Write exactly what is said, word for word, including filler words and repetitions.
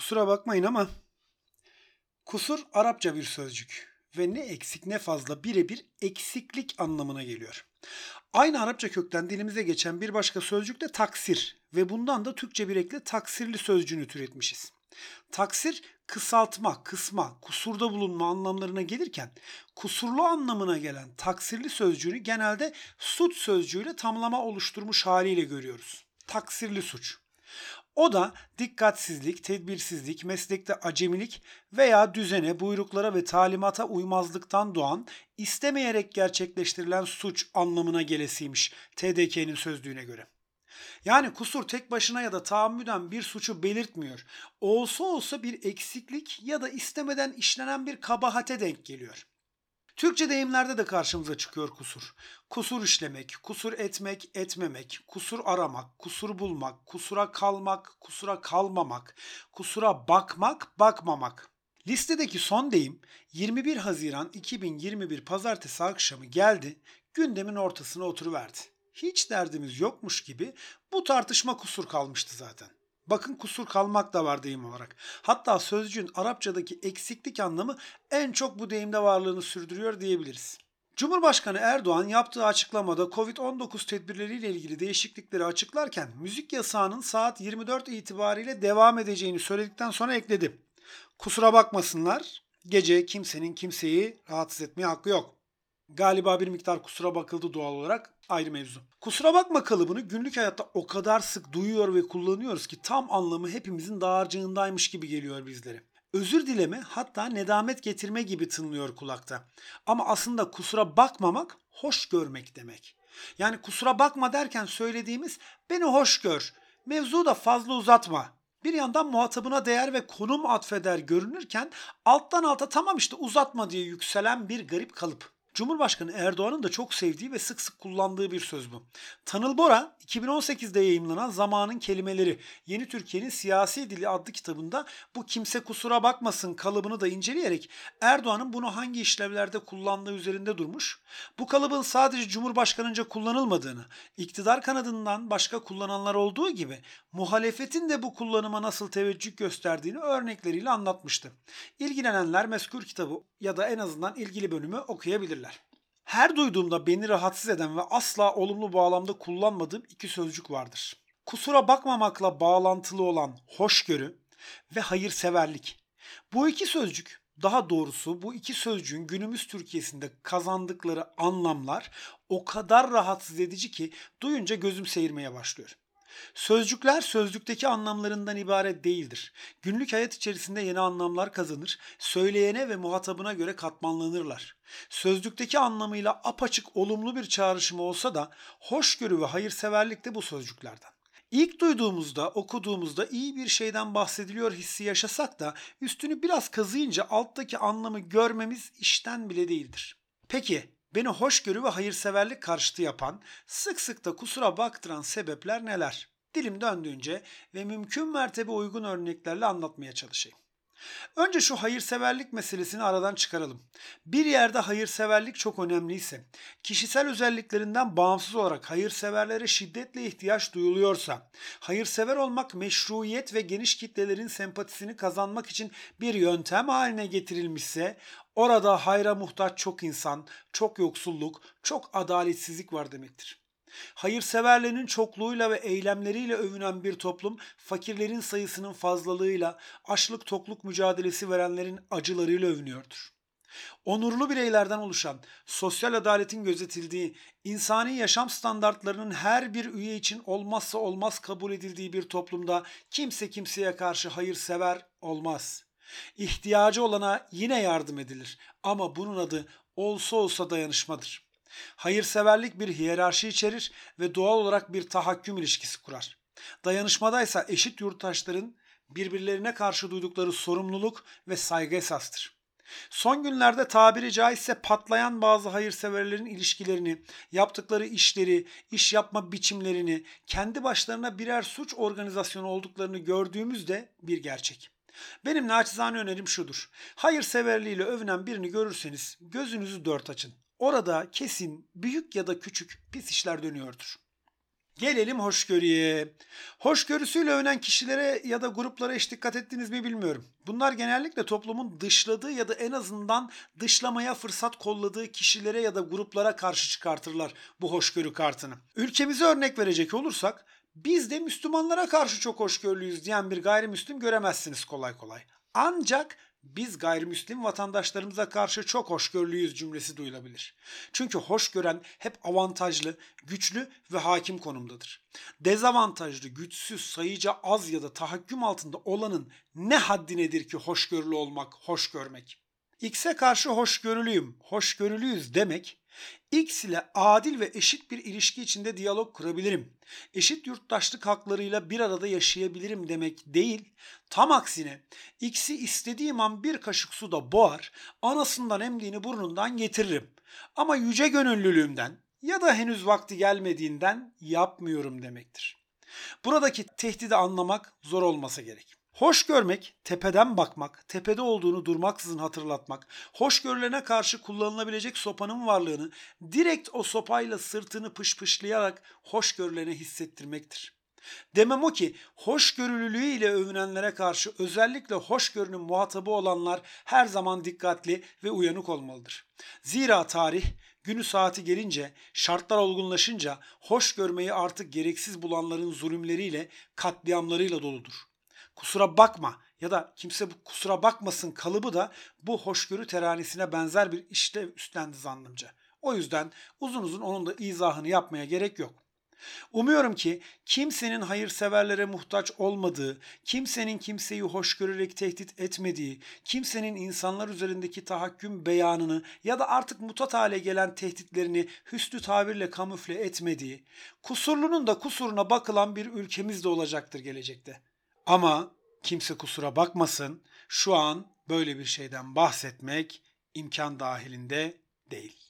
Kusura bakmayın ama kusur Arapça bir sözcük ve ne eksik ne fazla birebir eksiklik anlamına geliyor. Aynı Arapça kökten dilimize geçen bir başka sözcük de taksir ve bundan da Türkçe bir ekle taksirli sözcüğünü türetmişiz. Taksir kısaltma, kısma, kusurda bulunma anlamlarına gelirken kusurlu anlamına gelen taksirli sözcüğünü genelde suç sözcüğüyle tamlama oluşturmuş haliyle görüyoruz. Taksirli suç. O da dikkatsizlik, tedbirsizlik, meslekte acemilik veya düzene, buyruklara ve talimata uymazlıktan doğan, istemeyerek gerçekleştirilen suç anlamına gelesiymiş T D K'nin sözlüğüne göre. Yani kusur tek başına ya da tahammüden bir suçu belirtmiyor. Olsa olsa bir eksiklik ya da istemeden işlenen bir kabahate denk geliyor. Türkçe deyimlerde de karşımıza çıkıyor kusur. Kusur işlemek, kusur etmek, etmemek, kusur aramak, kusur bulmak, kusura kalmak, kusura kalmamak, kusura bakmak, bakmamak. Listedeki son deyim yirmi bir Haziran iki bin yirmi bir Pazartesi akşamı geldi, gündemin ortasına oturuverdi. Hiç derdimiz yokmuş gibi bu tartışma kusur kalmıştı zaten. Bakın kusur kalmak da var deyim olarak. Hatta sözcüğün Arapçadaki eksiklik anlamı en çok bu deyimde varlığını sürdürüyor diyebiliriz. Cumhurbaşkanı Erdoğan yaptığı açıklamada covid on dokuz tedbirleriyle ilgili değişiklikleri açıklarken müzik yasağının saat yirmi dört itibariyle devam edeceğini söyledikten sonra ekledi. Kusura bakmasınlar, gece kimsenin kimseyi rahatsız etmeye hakkı yok. Galiba bir miktar kusura bakıldı doğal olarak, ayrı mevzu. Kusura bakma kalıbını günlük hayatta o kadar sık duyuyor ve kullanıyoruz ki tam anlamı hepimizin dağarcığındaymış gibi geliyor bizlere. Özür dileme, hatta nedamet getirme gibi tınlıyor kulakta. Ama aslında kusura bakmamak hoş görmek demek. Yani kusura bakma derken söylediğimiz beni hoş gör, mevzu da fazla uzatma. Bir yandan muhatabına değer ve konum atfeder görünürken alttan alta tamam işte uzatma diye yükselen bir garip kalıp. Cumhurbaşkanı Erdoğan'ın da çok sevdiği ve sık sık kullandığı bir söz bu. Tanıl Bora iki bin on sekizde yayımlanan Zamanın Kelimeleri, Yeni Türkiye'nin Siyasi Dili adlı kitabında bu kimse kusura bakmasın kalıbını da inceleyerek Erdoğan'ın bunu hangi işlevlerde kullandığı üzerinde durmuş. Bu kalıbın sadece Cumhurbaşkanınca kullanılmadığını, iktidar kanadından başka kullananlar olduğu gibi muhalefetin de bu kullanıma nasıl teveccüh gösterdiğini örnekleriyle anlatmıştı. İlgilenenler mezkur kitabı ya da en azından ilgili bölümü okuyabilirler. Her duyduğumda beni rahatsız eden ve asla olumlu bağlamda kullanmadığım iki sözcük vardır. Kusura bakmamakla bağlantılı olan hoşgörü ve hayırseverlik. Bu iki sözcük, daha doğrusu bu iki sözcüğün günümüz Türkiye'sinde kazandıkları anlamlar o kadar rahatsız edici ki duyunca gözüm seyirmeye başlıyor. Sözcükler sözlükteki anlamlarından ibaret değildir. Günlük hayat içerisinde yeni anlamlar kazanır, söyleyene ve muhatabına göre katmanlanırlar. Sözlükteki anlamıyla apaçık olumlu bir çağrışımı olsa da hoşgörü ve hayırseverlik de bu sözcüklerden. İlk duyduğumuzda, okuduğumuzda iyi bir şeyden bahsediliyor hissi yaşasak da üstünü biraz kazıyınca alttaki anlamı görmemiz işten bile değildir. Peki, beni hoşgörü ve hayırseverlik karşıtı yapan, sık sık da kusura baktıran sebepler neler? Dilim döndüğünce ve mümkün mertebe uygun örneklerle anlatmaya çalışayım. Önce şu hayırseverlik meselesini aradan çıkaralım. Bir yerde hayırseverlik çok önemliyse, kişisel özelliklerinden bağımsız olarak hayırseverlere şiddetle ihtiyaç duyuluyorsa, hayırsever olmak meşruiyet ve geniş kitlelerin sempatisini kazanmak için bir yöntem haline getirilmişse, orada hayra muhtaç çok insan, çok yoksulluk, çok adaletsizlik var demektir. Hayırseverlerin çokluğuyla ve eylemleriyle övünen bir toplum, fakirlerin sayısının fazlalığıyla, açlık tokluk mücadelesi verenlerin acılarıyla övünüyordur. Onurlu bireylerden oluşan, sosyal adaletin gözetildiği, insani yaşam standartlarının her bir üye için olmazsa olmaz kabul edildiği bir toplumda kimse kimseye karşı hayırsever olmaz. İhtiyacı olana yine yardım edilir ama bunun adı olsa olsa dayanışmadır. Hayırseverlik bir hiyerarşi içerir ve doğal olarak bir tahakküm ilişkisi kurar. Dayanışmadaysa eşit yurttaşların birbirlerine karşı duydukları sorumluluk ve saygı esastır. Son günlerde tabiri caizse patlayan bazı hayırseverlerin ilişkilerini, yaptıkları işleri, iş yapma biçimlerini, kendi başlarına birer suç organizasyonu olduklarını gördüğümüz de bir gerçek. Benim naçizane önerim şudur. Hayırseverliğiyle övünen birini görürseniz gözünüzü dört açın. Orada kesin büyük ya da küçük pis işler dönüyordur. Gelelim hoşgörüye. Hoşgörüsüyle övünen kişilere ya da gruplara hiç dikkat ettiniz mi bilmiyorum. Bunlar genellikle toplumun dışladığı ya da en azından dışlamaya fırsat kolladığı kişilere ya da gruplara karşı çıkartırlar bu hoşgörü kartını. Ülkemize örnek verecek olursak, biz de Müslümanlara karşı çok hoşgörülüyüz diyen bir gayrimüslim göremezsiniz kolay kolay. Ancak biz gayrimüslim vatandaşlarımıza karşı çok hoşgörülüyüz cümlesi duyulabilir. Çünkü hoşgören hep avantajlı, güçlü ve hakim konumdadır. Dezavantajlı, güçsüz, sayıca az ya da tahakküm altında olanın ne haddinedir ki hoşgörülü olmak, hoş görmek? X'e karşı hoşgörülüyüm, hoşgörülüyüz demek, X ile adil ve eşit bir ilişki içinde diyalog kurabilirim, eşit yurttaşlık haklarıyla bir arada yaşayabilirim demek değil, tam aksine X'i istediğim an bir kaşık suda boğar, anasından emdiğini burnundan getiririm. Ama yüce gönüllülüğümden ya da henüz vakti gelmediğinden yapmıyorum demektir. Buradaki tehdidi anlamak zor olmasa gerek. Hoş görmek, tepeden bakmak, tepede olduğunu durmaksızın hatırlatmak, hoş görülene karşı kullanılabilecek sopanın varlığını direkt o sopayla sırtını pışpışlayarak hoş görülene hissettirmektir. Demem o ki hoşgörülülüğü ile övünenlere karşı özellikle hoşgörünün muhatabı olanlar her zaman dikkatli ve uyanık olmalıdır. Zira tarih günü saati gelince, şartlar olgunlaşınca hoş görmeyi artık gereksiz bulanların zulümleriyle, katliamlarıyla doludur. Kusura bakma ya da kimse bu kusura bakmasın kalıbı da bu hoşgörü teranesine benzer bir işlev üstlendi zannımca. O yüzden uzun uzun onun da izahını yapmaya gerek yok. Umuyorum ki kimsenin hayırseverlere muhtaç olmadığı, kimsenin kimseyi hoş görerek tehdit etmediği, kimsenin insanlar üzerindeki tahakküm beyanını ya da artık mutat hale gelen tehditlerini hüsnü tabirle kamufle etmediği, kusurlunun da kusuruna bakılan bir ülkemiz de olacaktır gelecekte. Ama kimse kusura bakmasın, şu an böyle bir şeyden bahsetmek imkan dahilinde değil.